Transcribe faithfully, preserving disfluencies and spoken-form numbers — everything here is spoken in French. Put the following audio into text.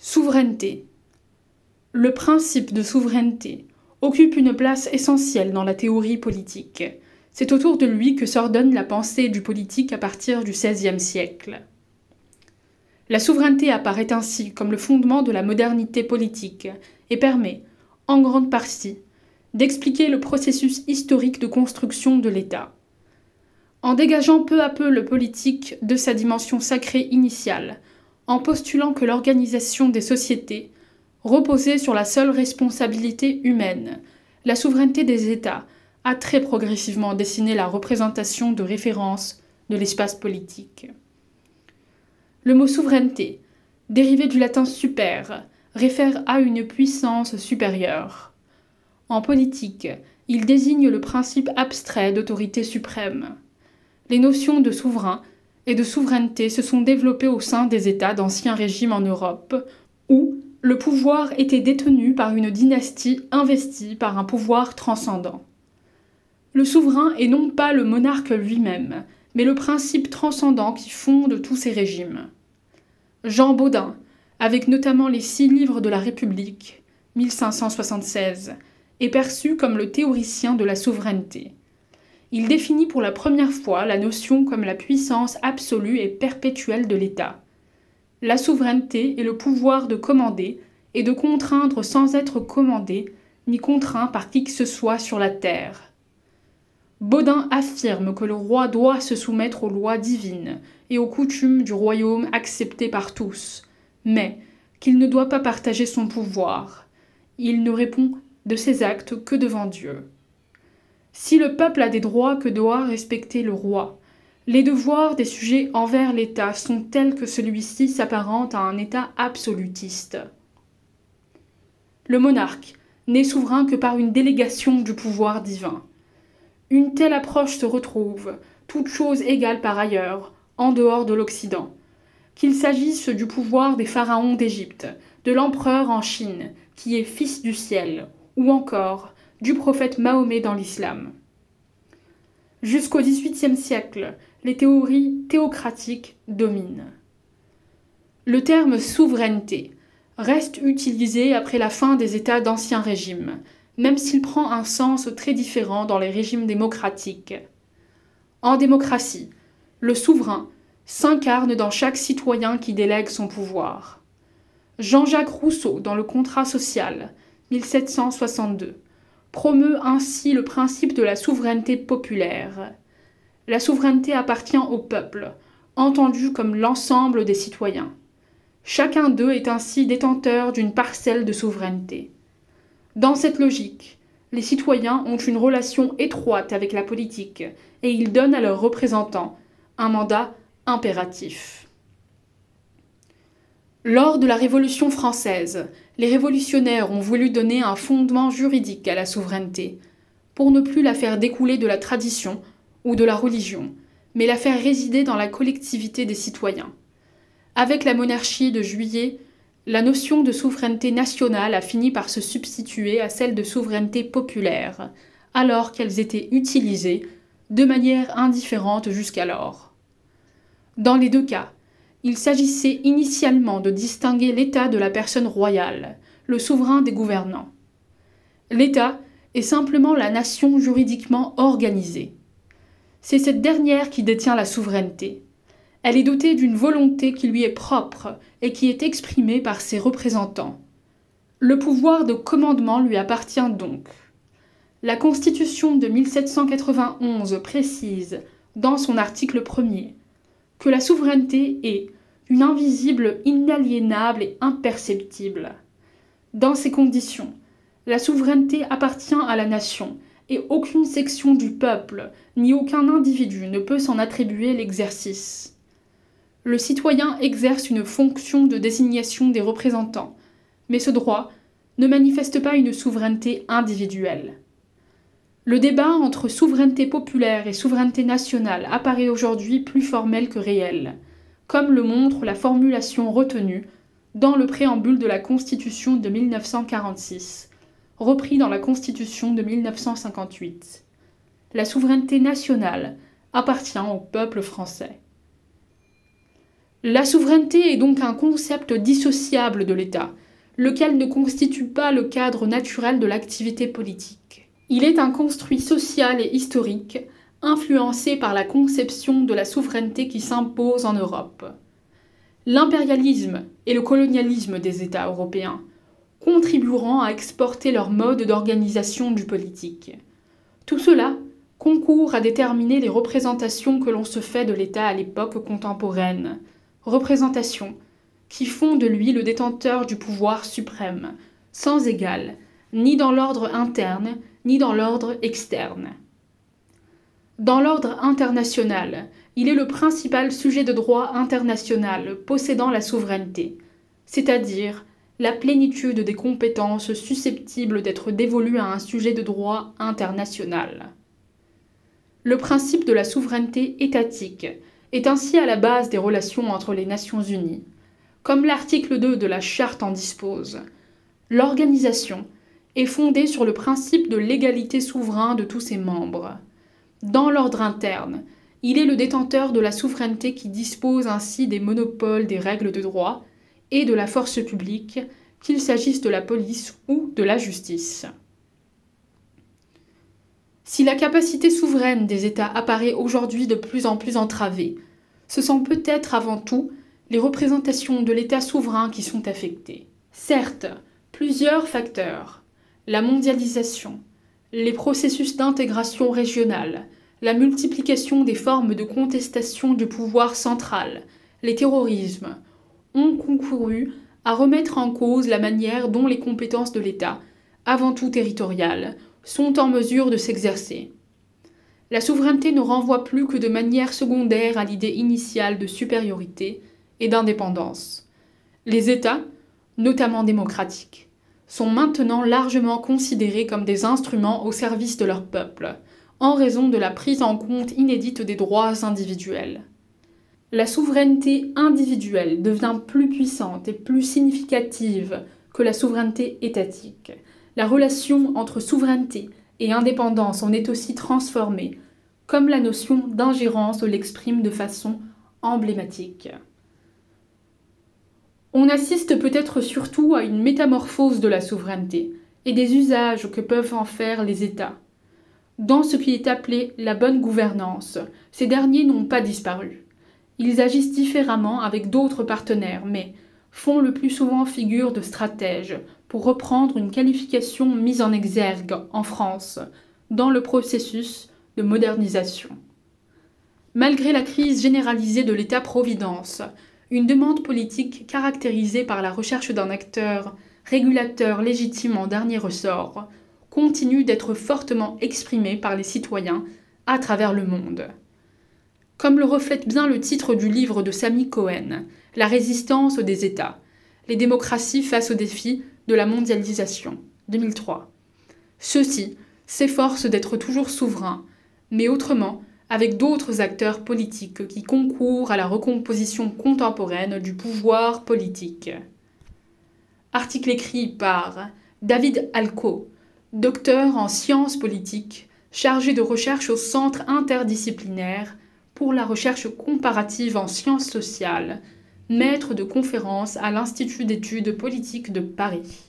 Souveraineté. Le principe de souveraineté occupe une place essentielle dans la théorie politique. C'est autour de lui que s'ordonne la pensée du politique à partir du seizième siècle. La souveraineté apparaît ainsi comme le fondement de la modernité politique et permet, en grande partie, d'expliquer le processus historique de construction de l'État. En dégageant peu à peu le politique de sa dimension sacrée initiale, en postulant que l'organisation des sociétés reposait sur la seule responsabilité humaine, la souveraineté des États a très progressivement dessiné la représentation de référence de l'espace politique. Le mot souveraineté, dérivé du latin super, réfère à une puissance supérieure. En politique, il désigne le principe abstrait d'autorité suprême. Les notions de souverain et de souveraineté se sont développées au sein des États d'anciens régimes en Europe, où le pouvoir était détenu par une dynastie investie par un pouvoir transcendant. Le souverain est non pas le monarque lui-même, mais le principe transcendant qui fonde tous ces régimes. Jean Bodin, avec notamment les six livres de la République, mille cinq cent soixante-seize, est perçu comme le théoricien de la souveraineté. Il définit pour la première fois la notion comme la puissance absolue et perpétuelle de l'État. La souveraineté est le pouvoir de commander et de contraindre sans être commandé ni contraint par qui que ce soit sur la terre. Bodin affirme que le roi doit se soumettre aux lois divines et aux coutumes du royaume acceptées par tous, mais qu'il ne doit pas partager son pouvoir. Il ne répond de ses actes que devant Dieu. Si le peuple a des droits que doit respecter le roi, les devoirs des sujets envers l'État sont tels que celui-ci s'apparente à un État absolutiste. Le monarque n'est souverain que par une délégation du pouvoir divin. Une telle approche se retrouve, toutes choses égales par ailleurs, en dehors de l'Occident. Qu'il s'agisse du pouvoir des pharaons d'Égypte, de l'empereur en Chine, qui est fils du ciel, ou encore du prophète Mahomet dans l'islam. Jusqu'au dix-huitième siècle, les théories théocratiques dominent. Le terme souveraineté reste utilisé après la fin des États d'Ancien Régime, même s'il prend un sens très différent dans les régimes démocratiques. En démocratie, le souverain s'incarne dans chaque citoyen qui délègue son pouvoir. Jean-Jacques Rousseau, dans le Contrat social, mille sept cent soixante-deux, promeut ainsi le principe de la souveraineté populaire. La souveraineté appartient au peuple, entendu comme l'ensemble des citoyens. Chacun d'eux est ainsi détenteur d'une parcelle de souveraineté. Dans cette logique, les citoyens ont une relation étroite avec la politique et ils donnent à leurs représentants un mandat impératif. Lors de la Révolution française, les révolutionnaires ont voulu donner un fondement juridique à la souveraineté, pour ne plus la faire découler de la tradition ou de la religion, mais la faire résider dans la collectivité des citoyens. Avec la monarchie de Juillet, la notion de souveraineté nationale a fini par se substituer à celle de souveraineté populaire, alors qu'elles étaient utilisées de manière indifférente jusqu'alors. Dans les deux cas, il s'agissait initialement de distinguer l'État de la personne royale, le souverain des gouvernants. L'État est simplement la nation juridiquement organisée. C'est cette dernière qui détient la souveraineté. Elle est dotée d'une volonté qui lui est propre et qui est exprimée par ses représentants. Le pouvoir de commandement lui appartient donc. La Constitution de mille sept cent quatre-vingt-onze précise, dans son article premier, que la souveraineté est une invisible, inaliénable et imperceptible. Dans ces conditions, la souveraineté appartient à la nation et aucune section du peuple ni aucun individu ne peut s'en attribuer l'exercice. Le citoyen exerce une fonction de désignation des représentants, mais ce droit ne manifeste pas une souveraineté individuelle. Le débat entre souveraineté populaire et souveraineté nationale apparaît aujourd'hui plus formel que réel, comme le montre la formulation retenue dans le préambule de la Constitution de mille neuf cent quarante-six, repris dans la Constitution de mille neuf cent cinquante-huit. La souveraineté nationale appartient au peuple français. La souveraineté est donc un concept dissociable de l'État, lequel ne constitue pas le cadre naturel de l'activité politique. Il est un construit social et historique, influencé par la conception de la souveraineté qui s'impose en Europe. L'impérialisme et le colonialisme des États européens contribueront à exporter leur mode d'organisation du politique. Tout cela concourt à déterminer les représentations que l'on se fait de l'État à l'époque contemporaine, représentations qui font de lui le détenteur du pouvoir suprême, sans égal, ni dans l'ordre interne, ni dans l'ordre externe. Dans l'ordre international, il est le principal sujet de droit international possédant la souveraineté, c'est-à-dire la plénitude des compétences susceptibles d'être dévolues à un sujet de droit international. Le principe de la souveraineté étatique est ainsi à la base des relations entre les Nations unies. Comme l'article deux de la Charte en dispose, l'organisation est fondée sur le principe de l'égalité souveraine de tous ses membres. Dans l'ordre interne, il est le détenteur de la souveraineté qui dispose ainsi des monopoles des règles de droit et de la force publique, qu'il s'agisse de la police ou de la justice. Si la capacité souveraine des États apparaît aujourd'hui de plus en plus entravée, ce sont peut-être avant tout les représentations de l'État souverain qui sont affectées. Certes, plusieurs facteurs, la mondialisation, les processus d'intégration régionale, la multiplication des formes de contestation du pouvoir central, les terrorismes, ont concouru à remettre en cause la manière dont les compétences de l'État, avant tout territoriales, sont en mesure de s'exercer. La souveraineté ne renvoie plus que de manière secondaire à l'idée initiale de supériorité et d'indépendance. Les États, notamment démocratiques, sont maintenant largement considérés comme des instruments au service de leur peuple, en raison de la prise en compte inédite des droits individuels. La souveraineté individuelle devient plus puissante et plus significative que la souveraineté étatique. La relation entre souveraineté et indépendance en est aussi transformée, comme la notion d'ingérence l'exprime de façon emblématique. On assiste peut-être surtout à une métamorphose de la souveraineté et des usages que peuvent en faire les États. Dans ce qui est appelé la bonne gouvernance, ces derniers n'ont pas disparu. Ils agissent différemment avec d'autres partenaires, mais font le plus souvent figure de stratèges, pour reprendre une qualification mise en exergue en France dans le processus de modernisation. Malgré la crise généralisée de l'État-providence, une demande politique caractérisée par la recherche d'un acteur régulateur légitime en dernier ressort continue d'être fortement exprimée par les citoyens à travers le monde. Comme le reflète bien le titre du livre de Samy Cohen, La résistance des États, les démocraties face aux défis de la mondialisation, deux mille trois. Ceux-ci s'efforcent d'être toujours souverains, mais autrement, avec d'autres acteurs politiques qui concourent à la recomposition contemporaine du pouvoir politique. Article écrit par David Alco, docteur en sciences politiques, chargé de recherche au Centre interdisciplinaire pour la recherche comparative en sciences sociales, maître de conférences à l'Institut d'études politiques de Paris.